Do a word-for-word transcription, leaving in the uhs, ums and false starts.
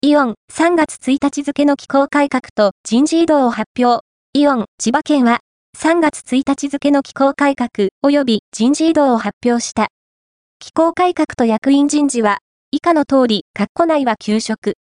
イオン、さんがつついたち付の機構改革と人事異動を発表。イオン、千葉県は、さんがつついたち付の機構改革及び人事異動を発表した。機構改革と役員人事は、以下の通り、括弧内は休職。